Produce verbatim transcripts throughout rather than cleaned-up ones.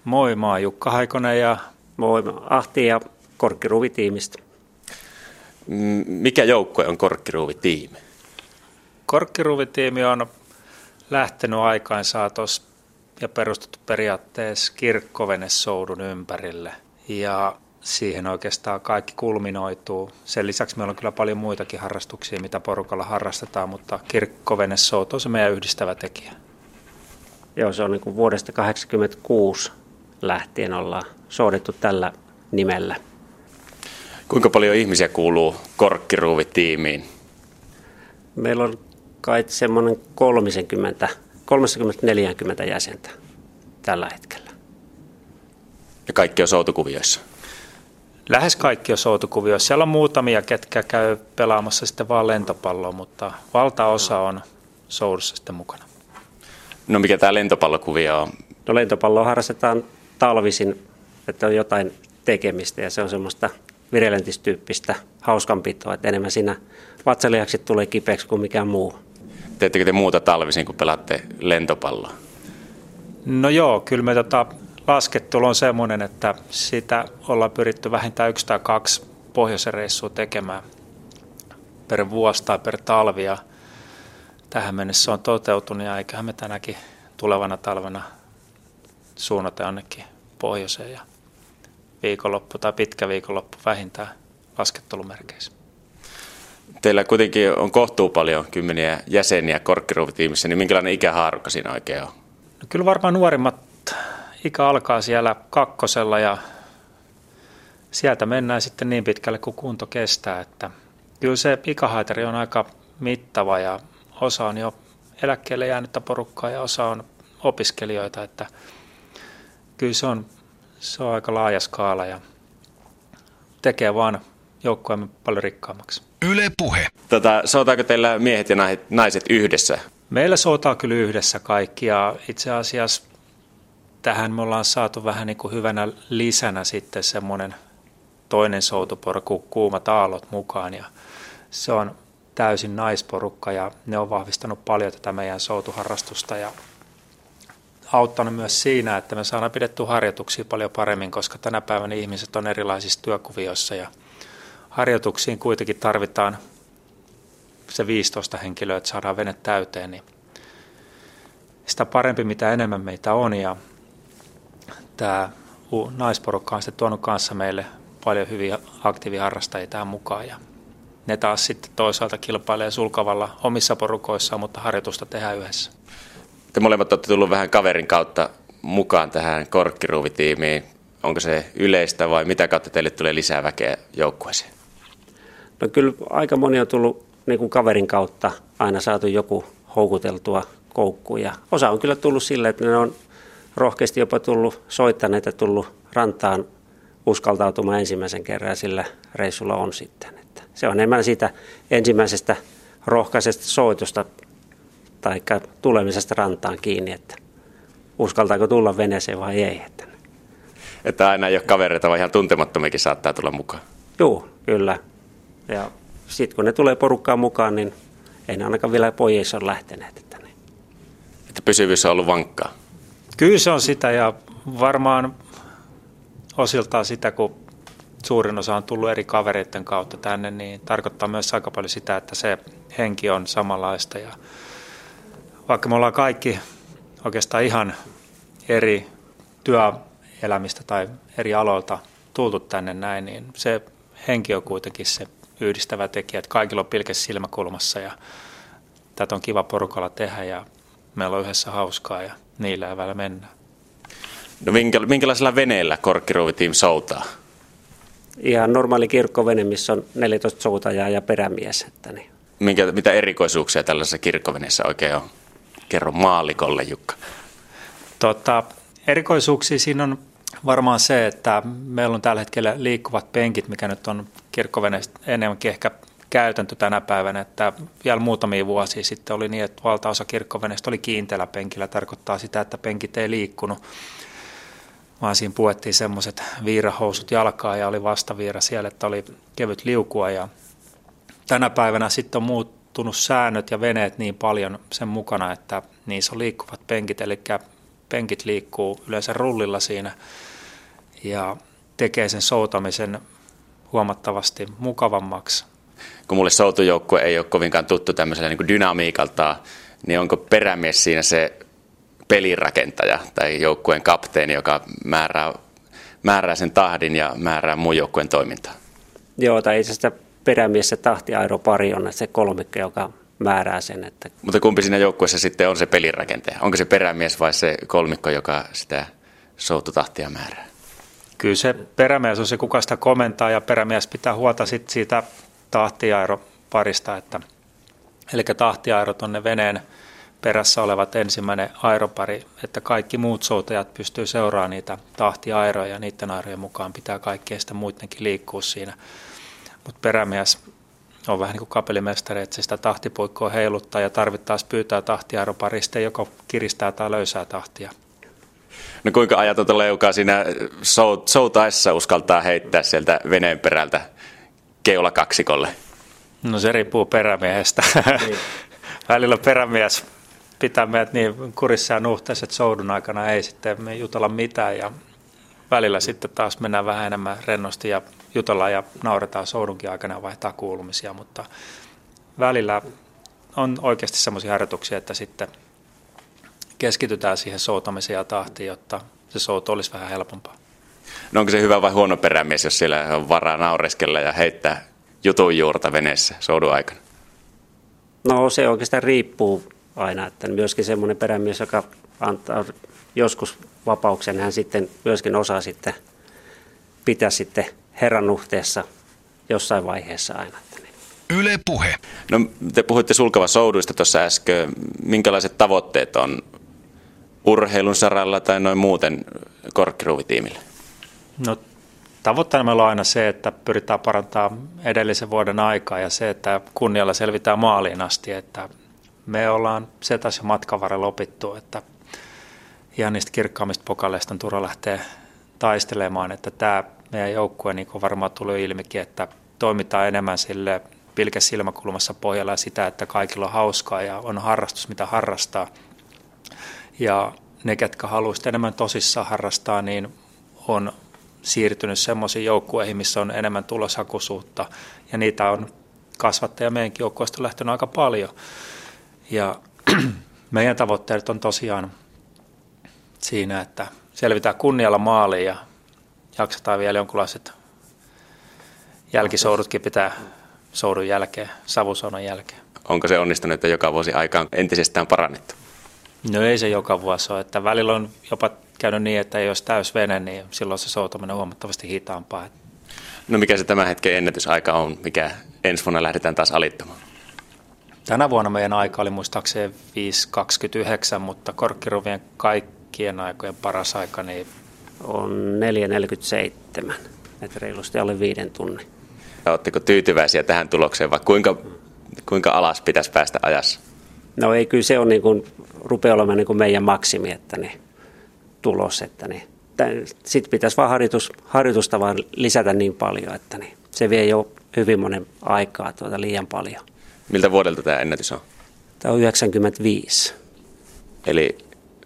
Moi, mä oon Jukka Haikonen ja Moi, mä oon Ahti ja Korkkiruuvi-tiimistä. Mikä joukkue on Korkkiruuvi-tiimi? Korkkiruuvi-tiimi on lähtenyt aikaansaatossa ja perustettu periaatteessa kirkkovenesoudun ympärille. Ja siihen oikeastaan kaikki kulminoituu. Sen lisäksi meillä on kyllä paljon muitakin harrastuksia, mitä porukalla harrastetaan, mutta kirkkovenesoutu on se meidän yhdistävä tekijä. Joo, se on niin kuin vuodesta tuhatyhdeksänsataakahdeksankymmentäkuusi lähtien ollaan soudettu tällä nimellä. Kuinka paljon ihmisiä kuuluu Korkkiruuvi-tiimiin? Meillä on kai semmoinen kolmekymmentä, kolmekymmentä neljäkymmentä jäsentä tällä hetkellä. Ja kaikki on soutukuvioissa? Lähes kaikki on soutukuvioissa. Siellä on muutamia, ketkä käy pelaamassa sitten vaan lentopalloa, mutta valtaosa on soudussa sitten mukana. No mikä tämä lentopallokuvio on? No lentopalloa harrastetaan talvisin, että on jotain tekemistä ja se on semmoista virelentistyyppistä hauskanpitoa, että enemmän siinä vatsalihakset tulee kipeäksi kuin mikään muu. Teettekö te muuta talvisin, kun pelaatte lentopalloa? No joo, kyllä me tota, laskettelu on semmoinen, että sitä ollaan pyritty vähintään yksi tai kaksi pohjoisen reissua tekemään per vuosi tai per talvi. Ja tähän mennessä on toteutunut ja eiköhän me tänäkin tulevana talvena suunnata jonnekin pohjoiseen ja viikonloppu tai pitkä viikonloppu vähintään laskettelumerkeissä. Teillä kuitenkin on kohtuu paljon kymmeniä jäseniä Korkkiruuvi-tiimissä, niin minkälainen ikähaarukka siinä oikein on? No kyllä varmaan nuorimmat ikä alkaa siellä kakkosella ja sieltä mennään sitten niin pitkälle kuin kunto kestää, että kyllä se ikähaitari on aika mittava ja osa on jo eläkkeelle jäänyttä porukkaa ja osa on opiskelijoita, että kyllä se on, se on aika laaja skaala ja tekee vaan joukkueemme paljon rikkaammaksi. Yle Puhe. Tota, soutaako teillä miehet ja naiset yhdessä? Meillä soutaa kyllä yhdessä kaikki ja itse asiassa tähän me ollaan saatu vähän niin kuin hyvänä lisänä sitten semmoinen toinen soutuporo kuin Kuumat aallot mukaan ja se on täysin naisporukka ja ne on vahvistanut paljon tätä meidän soutuharrastusta ja auttanut myös siinä, että me saadaan pidettyä harjoituksia paljon paremmin, koska tänä päivänä ihmiset on erilaisissa työkuvioissa ja harjoituksiin kuitenkin tarvitaan se viisitoista henkilöä, että saadaan vene täyteen, niin sitä parempi mitä enemmän meitä on ja tämä naisporukka on sitten tuonut kanssa meille paljon hyviä aktiiviharrastajia tähän mukaan ja ne taas sitten toisaalta kilpailee sulkavalla omissa porukoissaan, mutta harjoitusta tehdään yhdessä. Te molemmat olette tullut vähän kaverin kautta mukaan tähän Korkkiruuvi-tiimiin. Onko se yleistä vai mitä kautta teille tulee lisää väkeä joukkueeseen? No kyllä aika moni on tullut niin kuin kaverin kautta aina saatu joku houkuteltua koukkuun ja osa on kyllä tullut sille, että ne on rohkeasti jopa tullut soittaneet ja tullut rantaan uskaltautumaan ensimmäisen kerran ja sillä reissulla on sitten. Että se on enemmän siitä ensimmäisestä rohkaisesta soitusta tai tulemisesta rantaan kiinni, että uskaltaako tulla veneeseen vai ei. Että, että aina ei ole kavereita, vaan ihan tuntemattomiakin saattaa tulla mukaan. Joo, kyllä. Ja sitten kun ne tulee porukkaan mukaan, niin ei ne ainakaan vielä pojissa ole lähteneet. Että, niin. Että pysyvyys on ollut vankkaa. Kyllä se on sitä ja varmaan osiltaan sitä, kun suurin osa on tullut eri kavereiden kautta tänne, niin tarkoittaa myös aika paljon sitä, että se henki on samanlaista. Ja vaikka me ollaan kaikki oikeastaan ihan eri työelämistä tai eri aloilta tultu tänne näin, niin se henki on kuitenkin se yhdistävä tekijä, että kaikilla on pilke silmäkulmassa ja tätä on kiva porukalla tehdä ja meillä on yhdessä hauskaa ja niillä eväillä mennään. No minkälaisella veneellä Korkkiruuvi-tiimi soutaa? Ihan normaali kirkkovene, missä on neljätoista soutajaa ja perämies. Että niin. Minkä, mitä erikoisuuksia tällaisessa kirkkoveneessä oikein on? Kerro maallikolle, Jukka. Tota, erikoisuuksia siinä on varmaan se, että meillä on tällä hetkellä liikkuvat penkit, mikä nyt on kirkkoveneessä enemmänkin ehkä käytäntö tänä päivänä, että vielä muutamia vuosia sitten oli niin, että valtaosa kirkkoveneestä oli kiinteällä penkillä, tarkoittaa sitä, että penkit ei liikkunut, vaan siinä puettiin semmoiset viirahousut jalkaa ja oli vastaviira siellä, että oli kevyt liukua ja tänä päivänä sitten on muuttunut säännöt ja veneet niin paljon sen mukana, että niissä on liikkuvat penkit, eli penkit liikkuu yleensä rullilla siinä ja tekee sen soutamisen huomattavasti mukavammaksi. Kun mulle soutujoukkue ei ole kovinkaan tuttu tämmöisellä niin kuin dynamiikalta, niin onko perämies siinä se pelirakentaja tai joukkueen kapteeni, joka määrää, määrää sen tahdin ja määrää muun joukkueen toimintaa? Joo, tai itse asiassa perämies se tahtiaeropari on se kolmikko, joka määrää sen. Että... Mutta kumpi siinä joukkueessa sitten on se pelirakentaja? Onko se perämies vai se kolmikko, joka sitä soututahtia määrää? Kyllä se perämies on se, kuka sitä komentaa, ja perämies pitää huolta sit siitä tahtiaeroparista. Että, eli tahtiaerot on ne veneen perässä olevat ensimmäinen aeropari, että kaikki muut soutajat pystyy seuraamaan niitä tahtiaeroja, ja niiden aerojen mukaan pitää kaikkien sitä muidenkin liikkua siinä. Mutta perämies on vähän niin kuin kapellimestari, että se sitä tahtipuikkoa heiluttaa ja tarvittaessa pyytää tahtiaeroparista, joko kiristää tai löysää tahtia. No kuinka ajatonta leukaa siinä soutaessa uskaltaa heittää sieltä veneen perältä keulakaksikolle? No se riippuu perämiehestä. Niin. Välillä perämies pitää meidät niin kurissa ja nuhteessa, että soudun aikana ei sitten me jutella mitään, ja välillä sitten taas mennään vähän enemmän rennosti ja jutellaan ja nauretaan soudunkin aikana ja vaihtaa kuulumisia, mutta välillä on oikeasti sellaisia harjoituksia, että sitten keskitytään siihen soutamiseen ja tahtiin, jotta se soutu olisi vähän helpompaa. No onko se hyvä vai huono perämies, jos siellä on varaa naureskella ja heittää jutun juurta veneessä soudun aikana? No se oikeastaan riippuu aina, että myöskin semmoinen perämies, joka antaa joskus vapauksen, hän sitten myöskin osaa sitten pitää sitten herran nuhteessa jossain vaiheessa aina. Yle Puhe. No te puhuitte sulkavasouduista tuossa äsken. Minkälaiset tavoitteet on urheilun saralla tai noin muuten korkkiruuvitiimille? No tavoitteena meillä on aina se, että pyritään parantamaan edellisen vuoden aikaa ja se, että kunnialla selvitään maaliin asti. Että me ollaan se taas jo matkan varrella opittu, että ihan niistä kirkkaammista pokaleista on turha lähteä taistelemaan, että tämä meidän joukkue, niin kuin varmaan tuli ilmikin, että toimitaan enemmän sille pilkäs silmäkulmassa pohjalla ja sitä, että kaikilla on hauskaa ja on harrastus, mitä harrastaa. Ja ne, ketkä haluaisivat enemmän tosissaan harrastaa, niin on siirtynyt semmoisiin joukkueihin, missä on enemmän tuloshakuisuutta. Ja niitä on kasvattaja meidänkin joukkueesta lähtenyt aika paljon. Ja meidän tavoitteet on tosiaan siinä, että selvitään kunnialla maaliin ja jaksetaan vielä jonkunlaiset jälkisoudutkin pitää soudun jälkeen, savusaunan jälkeen. Onko se onnistunut, että joka vuosi aika on entisestään parannettu? No ei se joka vuosi ole. Että välillä on jopa käynyt niin, että jos täys vene, niin silloin se soutaminen on huomattavasti hitaampaa. No mikä se tämän hetken ennätysaika on, mikä ensi vuonna lähdetään taas alittamaan? Tänä vuonna meidän aika oli muistaakseni viisi kaksikymmentäyhdeksän, mutta korkkiruvien kaikkien aikojen paras aika niin on neljä neljäkymmentäseitsemän, että reilusti alle viiden tunnin. Oletteko tyytyväisiä tähän tulokseen vai kuinka, kuinka alas pitäisi päästä ajassa? No ei, kyllä se on niin kuin, rupeaa olemaan niin kuin meidän maksimi, että niin, tulos. Että niin. Sitten pitäisi vaan harjoitus, harjoitusta vaan lisätä niin paljon, että niin, se vie jo hyvin monen aikaa tuota, liian paljon. Miltä vuodelta tämä ennätys on? Tämä on yhdeksänkymmentäviisi. Eli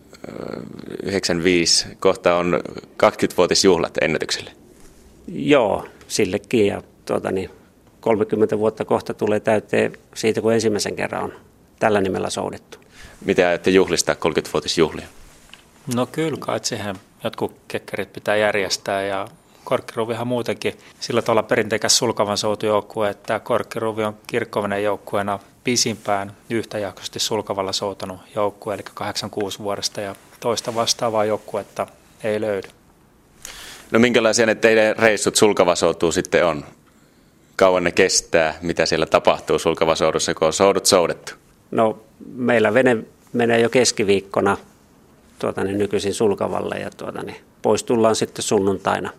yhdeksänkymmentäviisi kohta on kaksikymmenvuotisjuhlat ennätykselle. Joo, sillekin. Ja tuota, niin, kolmekymmentä vuotta kohta tulee täyteen siitä, kun ensimmäisen kerran on tällä nimellä soudettu. Miten ajatte juhlistaa kolmekymmenvuotisjuhlia? No kyllä, kai siihen jotkut kekkerit pitää järjestää ja Korkkiruuvihan muutenkin sillä tavalla perinteikäs sulkavan soutujoukkue, että Korkkiruuvi on kirkkovenen joukkueena pisimpään yhtäjaksoisesti sulkavalla soutanut joukkue, eli kahdeksankymmentäkuusi vuodesta, ja toista vastaavaa joukkuetta ei löydy. No minkälaisia ne teidän reissut sulkavasoutuun sitten on? Kauan ne kestää? Mitä siellä tapahtuu sulkavasoudussa, kun on soudut soudettu? No meillä vene menee jo keskiviikkona tuota, niin nykyisin sulkavalle ja tuota, niin, pois tullaan sitten sunnuntaina.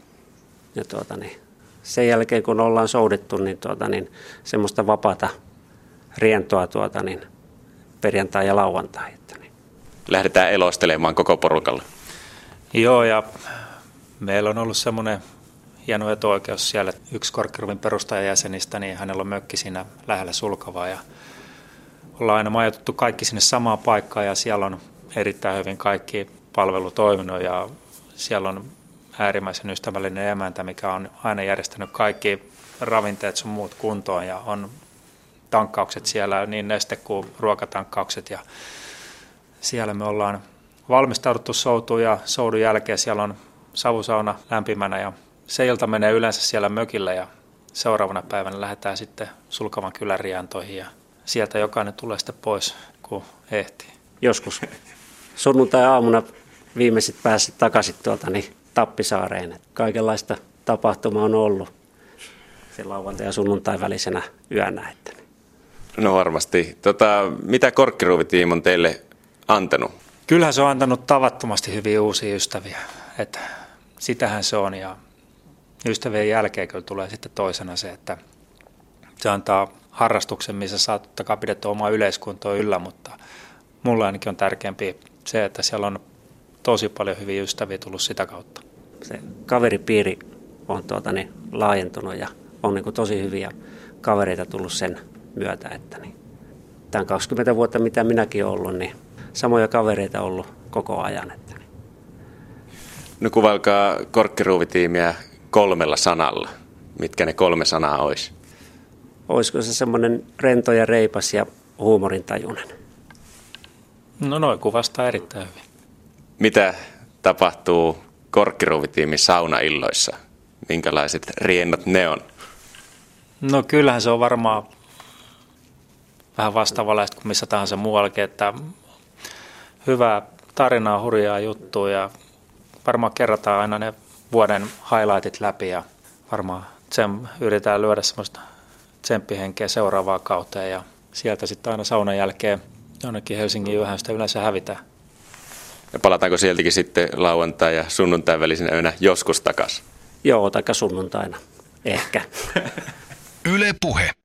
Ja tuota, niin, sen jälkeen kun ollaan soudettu, niin, tuota, niin semmoista vapaata rientoa tuota, niin, perjantai ja lauantai. Että, niin. Lähdetään elostelemaan koko porukalla. Joo, ja meillä on ollut semmoinen hieno etuoikeus siellä. Yksi Korkkiruuvin perustajajäsenistä, niin hänellä on mökki siinä lähellä sulkavaa. Ja ollaan aina majoitettu kaikki sinne samaan paikkaan ja siellä on erittäin hyvin kaikki palvelu toiminut ja siellä on äärimmäisen ystävällinen emäntä, mikä on aina järjestänyt kaikki ravinteet sun muut kuntoon ja on tankkaukset siellä, niin neste- kuin ruokatankkaukset ja siellä me ollaan valmistauduttu soutuun ja soudun jälkeen siellä on savusauna lämpimänä ja se ilta menee yleensä siellä mökillä ja seuraavana päivänä lähdetään sitten Sulkavan kylän riantoihin ja sieltä jokainen tulee sitten pois, kun ehtii. Joskus sunnuntai-aamuna viimeiset pääsit takaisin tuolta niin Tappisaareen. Kaikenlaista tapahtumaa on ollut sen lauantai- ja sunnuntai välisenä yönä. Että. No varmasti. Tota, mitä Korkkiruuvi-tiimi on teille antanut? Kyllähän se on antanut tavattomasti hyviä uusia ystäviä. Että sitähän se on ja ystävien jälkeen kyllä tulee sitten toisena se, että se antaa harrastuksen, missä saa totta kai pidettyä omaa yleiskuntoa yllä, mutta mulla ainakin on tärkeämpi se, että siellä on tosi paljon hyviä ystäviä tullut sitä kautta. Se kaveripiiri on tuota, niin, laajentunut ja on niin kuin, tosi hyviä kavereita tullut sen myötä, että niin, tämän kaksikymmentä vuotta, mitä minäkin olen ollut, niin samoja kavereita ollut koko ajan. Että, niin. No kuvailkaa Korkkiruuvi-tiimiä kolmella sanalla. Mitkä ne kolme sanaa olisi? Olisiko se semmoinen rento ja reipas ja huumorintajuinen? No noin kuvastaa erittäin hyvin. Mitä tapahtuu Korkkiruuvi-tiimin saunailloissa? Minkälaiset riennot ne on? No kyllähän se on varmaan vähän vastaavanlaista kuin missä tahansa muuallakin, että hyvää tarinaa, hurjaa juttua ja varmaan kerrotaan aina ne vuoden highlightit läpi ja varmaan sen yritetään lyödä semmoista tsemppihenkeä seuraavaa kauteen ja sieltä sitten aina saunan jälkeen jonnekin Helsingin yöhön sitä yleensä hävitään. Ja palataanko sieltäkin sitten lauantai- ja sunnuntai välisenä yönä joskus takaisin? Joo, taikka sunnuntaina. Ehkä. Yle Puhe.